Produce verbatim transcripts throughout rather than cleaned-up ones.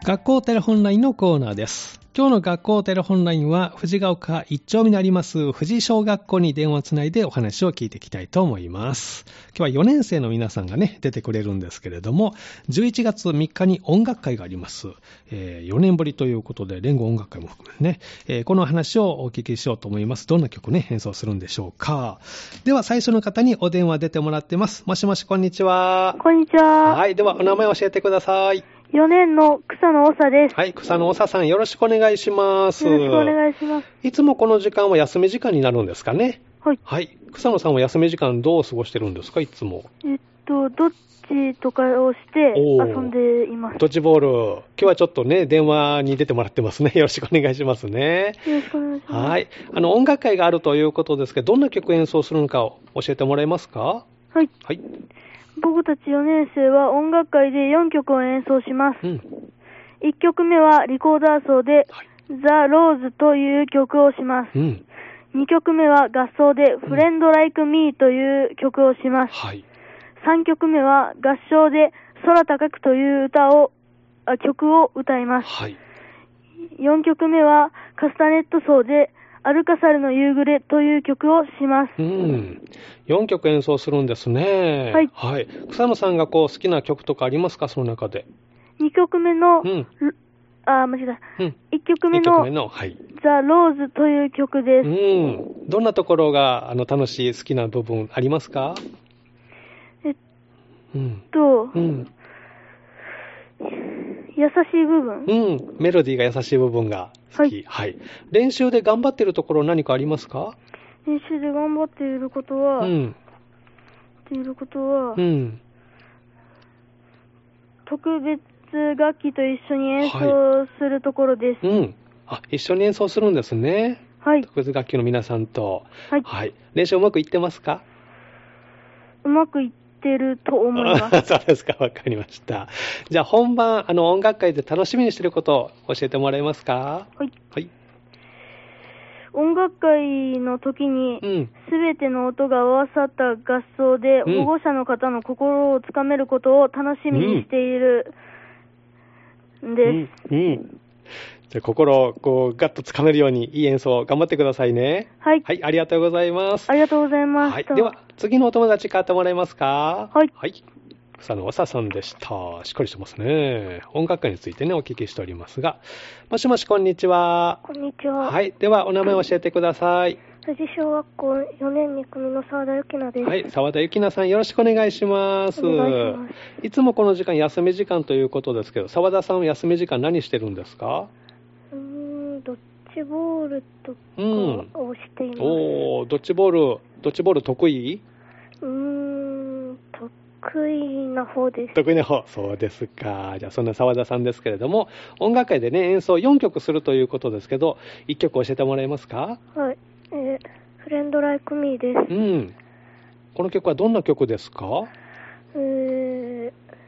学校テレホンラインのコーナーです。今日の学校テレホンラインは藤ヶ丘一丁目にあります藤小学校に電話をつないでお話を聞いていきたいと思います。今日はよねん生の皆さんがね出てくれるんですけれども、じゅういちがつみっかに音楽会があります。えー、よねんぶりということで連合音楽会も含めてね、えー、この話をお聞きしようと思います。どんな曲ね演奏するんでしょうか。では最初の方にお電話出てもらってます。もしもし、こんにちは。 こんにちは。 はい、ではお名前を教えてください。 よねんの草野長です。 はい、草野長さん、よろしくお願いします。 よろしくお願いします。 いつもこの時間は休み時間になるんですかね。 はい。 はい。草野さんは休み時間どう過ごしてるんですか、いつも。 えっと、どっちとかをして遊んでいます。 ドッジボール。今日はちょっとね、電話に出てもらってますね。よろしくお願いしますね。 よろしくお願いします。 はい。あの、音楽会があるということですけど、どんな曲演奏するのかを教えてもらえますか。 はい。 はい。 僕たちよねん生は音楽会でよんきょくを演奏します。うん。いっきょくめはリコーダー奏で、はい、ザ・ローズという曲をします。うん、にきょくめは合奏で、フレンド・ライク・ミーという曲をします。はい、さんきょくめは合唱で、空高くという歌を、あ曲を歌います。はい、よんきょくめはカスタネット奏で、アルカサルの夕暮れという曲をします。 うん。よんきょく演奏するんですね。はい。はい。草野さんがこう好きな曲とかありますか、その中で。 にきょくめの、うん、あ、間違えた。うん、いっきょくめの、のはい、ザ・ローズという曲です。うん。 どんなところがあの楽しい、好きな部分ありますか？ えっと、うん、優しい部分。 うん。メロディーが優しい部分が好き。はい。はい、練習で頑張っているところ何かありますか？ 練習で頑張っていることは、うん。っていることは、うん。特別楽器と一緒に演奏するところです。はい、うん。 あ、一緒に演奏するんですね。はい。特別楽器の皆さんと。はい。はい。練習うまくいってますか？ うまくいってると思います。 そうですか、わかりました。じゃあ本番、あの音楽会で楽しみにしていることを教えてもらえますか？はい。はい。 音楽会の時に、すべての音が合わさった合奏で、うん、保護者の方の心をつかめることを楽しみにしているんです。うんうんうん、 じゃあ心をこうガッとつかめるようにいい演奏頑張ってくださいね。はい。はい、ありがとうございます。 ありがとうございます。 はい、では次のお友達変わってもらえますか？はい。はい。草野長さんでした。しっかりしてますね。音楽会についてね、お聞きしておりますが。もしもし、こんにちは。 こんにちは。 はい。では、お名前を教えてください。 藤小学校よねんに組の沢田由紀奈です。 はい。沢田由紀奈さん、よろしくお願いします。お願いします。いつもこの時間、休み時間ということですけど、沢田さんは休み時間何してるんですか？ うーん、ドッジボールとかをしています。うん、 おー、ドッジボール、ドッジボール得意？ うーん、得意な方です。 得意な方。そうですか。じゃあそんな沢田さんですけれども、音楽会でね、演奏よんきょくするということですけど、いっきょく教えてもらえますか？ はい。えー、フレンドライクミーです。 うん。この曲はどんな曲ですか？ えー、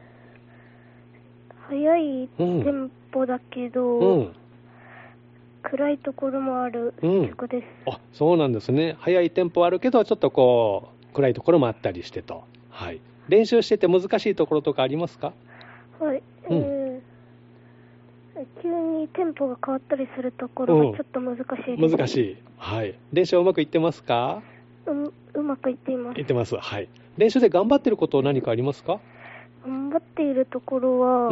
速いテンポだけど、うん、暗いところもある曲です。 うん、あ、そうなんですね。速いテンポあるけど、ちょっとこう、暗いところもあったりしてと。はい。練習してて難しいところとかありますか？ はい。うん、えー、急にテンポが変わったりするところがちょっと難しいです。 難しい。はい。練習はうまくいってますか？ う、うまくいっています。 いってます。はい。練習で頑張ってること何かありますか？ 頑張っているところは、うん、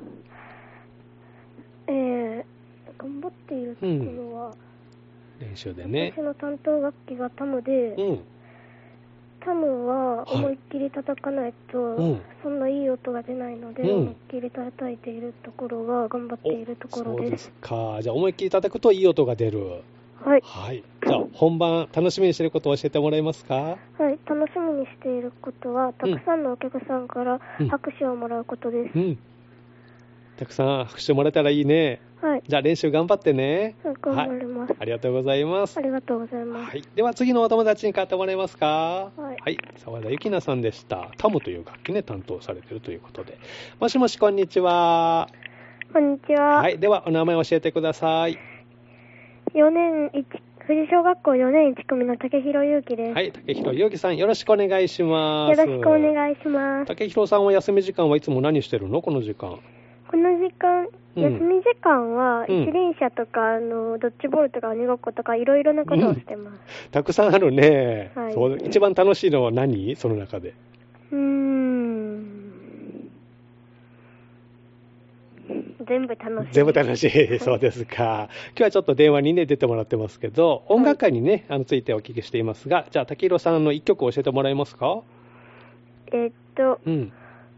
えー、頑張っているところは、 うん、練習でね。 私の担当楽器がタムで、うん、タムは思いっきり叩かないと、はい、そんないい音が出ないので、うん、思いっきり叩いているところが頑張っているところです。そうですか。じゃあ思いっきり叩くといい音が出る。 はい。 はい。じゃあ本番楽しみにしていることを教えてもらえますか？ はい。楽しみにしていることは、たくさんのお客さんから拍手をもらうことです。うん。うん、 たくさん拍手もらえたらいいね。はい。じゃあ練習頑張ってね。 はい、頑張ります、はい。 ありがとうございます。 ありがとうございます。 はい。では次のお友達に変わってもらえますか？はい。はい。沢田由紀奈さんでした。タムという楽器ね、担当されているということで。もしもし、こんにちは。 こんにちは。 はい。ではお名前を教えてください。 よねんいち、藤小学校よねんいち組の竹広祐希です。 はい、竹広祐希さん、よろしくお願いします。 よろしくお願いします。 竹広さんは休み時間はいつも何してるの？この時間。 ここの時間、休み時間は一輪車とか、うん、あのドッジボールとか鬼ごっことかいろいろなことをしてます、 うん、たくさんあるね、 はい、 そう一番楽しいのは何？その中で。 うーん全部楽しい。 全部楽しい。そうですか。今日はちょっと電話にね、出てもらってますけど、音楽会にね、あのついてお聞きしていますが、じゃあ、竹広さんの一曲教えてもらえますか？ えー、っと、 うん。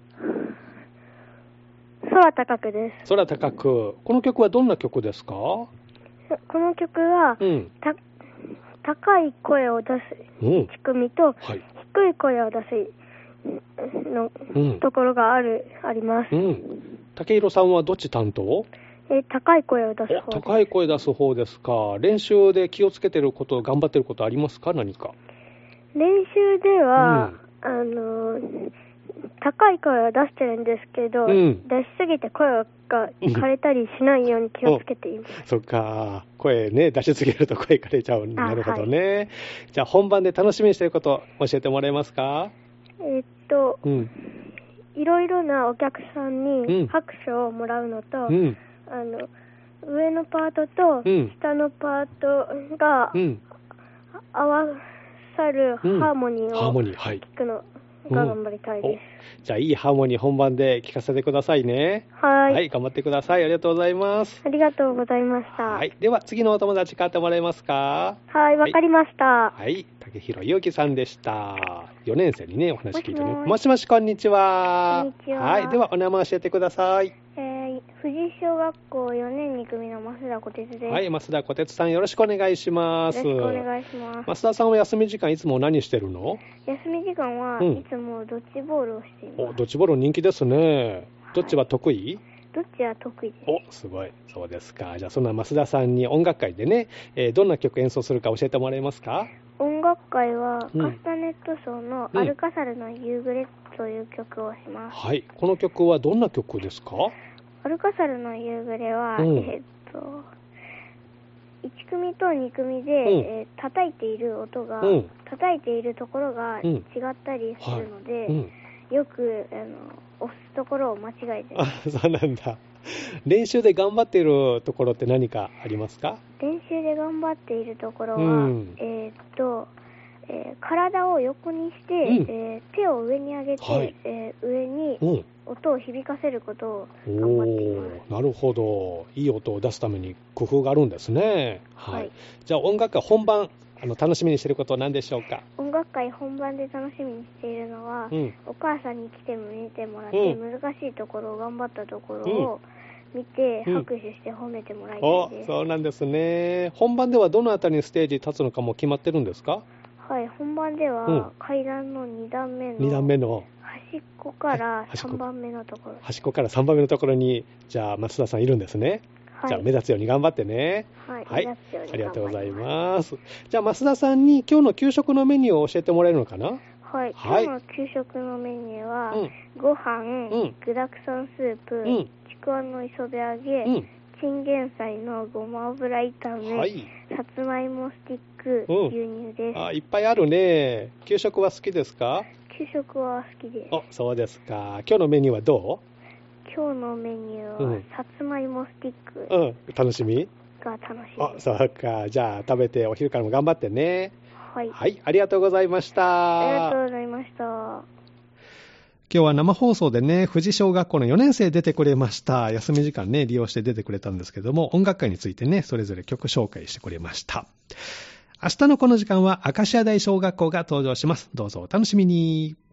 空高くです。 空高く。この曲はどんな曲ですか？この曲は、うん、た高い声を出す仕組みと、うんはい、低い声を出すの、うん、ところがある、あります。 うん竹広さんはどっち担当？ え高い声を出す方です。 高い声出す方ですか。練習で気をつけてること、頑張ってることありますか？何か。 練習では、うん、あの高い声を出してるんですけど、うん、出しすぎて声が枯れたりしないように気をつけています。 そっか、声ね、出しすぎると声枯れちゃう。なるほどね。はい、じゃあ本番で楽しみにしてること教えてもらえますか？ えー、っと、うんいろいろなお客さんに拍手をもらうのと、うん、あの上のパートと下のパートが合わさるハーモニーを聞くのが頑張りたいです。 うん、じゃあいいハーモニー本番で聞かせてくださいね。 はい。 はい、頑張ってください。ありがとうございます。 ありがとうございました。 はい。では次のお友達買ってもらえますか？ はい、わかりました。 はい。竹広ゆうきさんでした。よねん生にね、お話聞いてね。もしもし、こんにちは。 こんにちは。 はい。では、お名前教えてください。 えー、富士小学校よねんに組の増田小鉄です。 はい。増田小鉄さん、よろしくお願いします。 よろしくお願いします。 増田さんは休み時間いつも何してるの？ 休み時間はいつもドッジボールをしています。 うん、お、ドッジボール人気ですね。どっちは得意？ どっちは得意です。 お、すごい。そうですか。じゃあ、そんな増田さんに音楽会でね、えー、どんな曲演奏するか教えてもらえますか？ 音楽会は、うん、カスタネット奏のアルカサルの夕暮れという曲をします。 うん、はい。この曲はどんな曲ですか？ アルカサルの夕暮れは、うん、えー、っと、いち組とに組で、うんえー、叩いている音が、うん、叩いているところが違ったりするので、うんはいうんよくあの押すところを間違えてます。 あ、そうなんだ。練習で頑張っているところって何かありますか？ 練習で頑張っているところは、うん、えー、っと、えー、体を横にして、うんえー、手を上に上げて、はいえー、上に音を響かせることを頑張っています。 おー、なるほど。いい音を出すために工夫があるんですね。はい。はい、じゃあ音楽会本番あの楽しみにしていることは何でしょうか？ 音楽会本番で楽しみにしているのは、うん、お母さんに来て見てもらって、うん、難しいところを頑張ったところを見て、うん、拍手して褒めてもらいたいです。 お、そうなんですね。本番ではどのあたりにステージに立つのかも決まってるんですか？ はい、本番では階段のに段目のに段目の端っこからさんばんめのところ、 端っこからさんばんめのところにじゃあ松田さんいるんですね。はい、じゃあ目立つように頑張ってね。 はい、 はい、ありがとうございます。じゃあ増田さんに今日の給食のメニューを教えてもらえるのかな？ はい、はい、今日の給食のメニューは、うん、ご飯、うん、具だくさんスープ、うん、ちくわの磯辺揚げ、うん、チンゲン菜のごま油炒め、はい、さつまいもスティック、うん、牛乳です。 あ、いっぱいあるね。給食は好きですか？ 給食は好きです。 お、そうですか。今日のメニューはどう？ 今日のメニューは、うん、さつまいもスティック。 うん、楽しみ？ が楽しみ。 あ、そうか。じゃあ食べてお昼からも頑張ってね。 はい。 はい、ありがとうございました。 ありがとうございました。 今日は生放送でね、富士小学校のよねん生出てくれました。休み時間ね、利用して出てくれたんですけども、音楽会についてね、それぞれ曲紹介してくれました。明日のこの時間は、明石家大小学校が登場します。どうぞお楽しみに。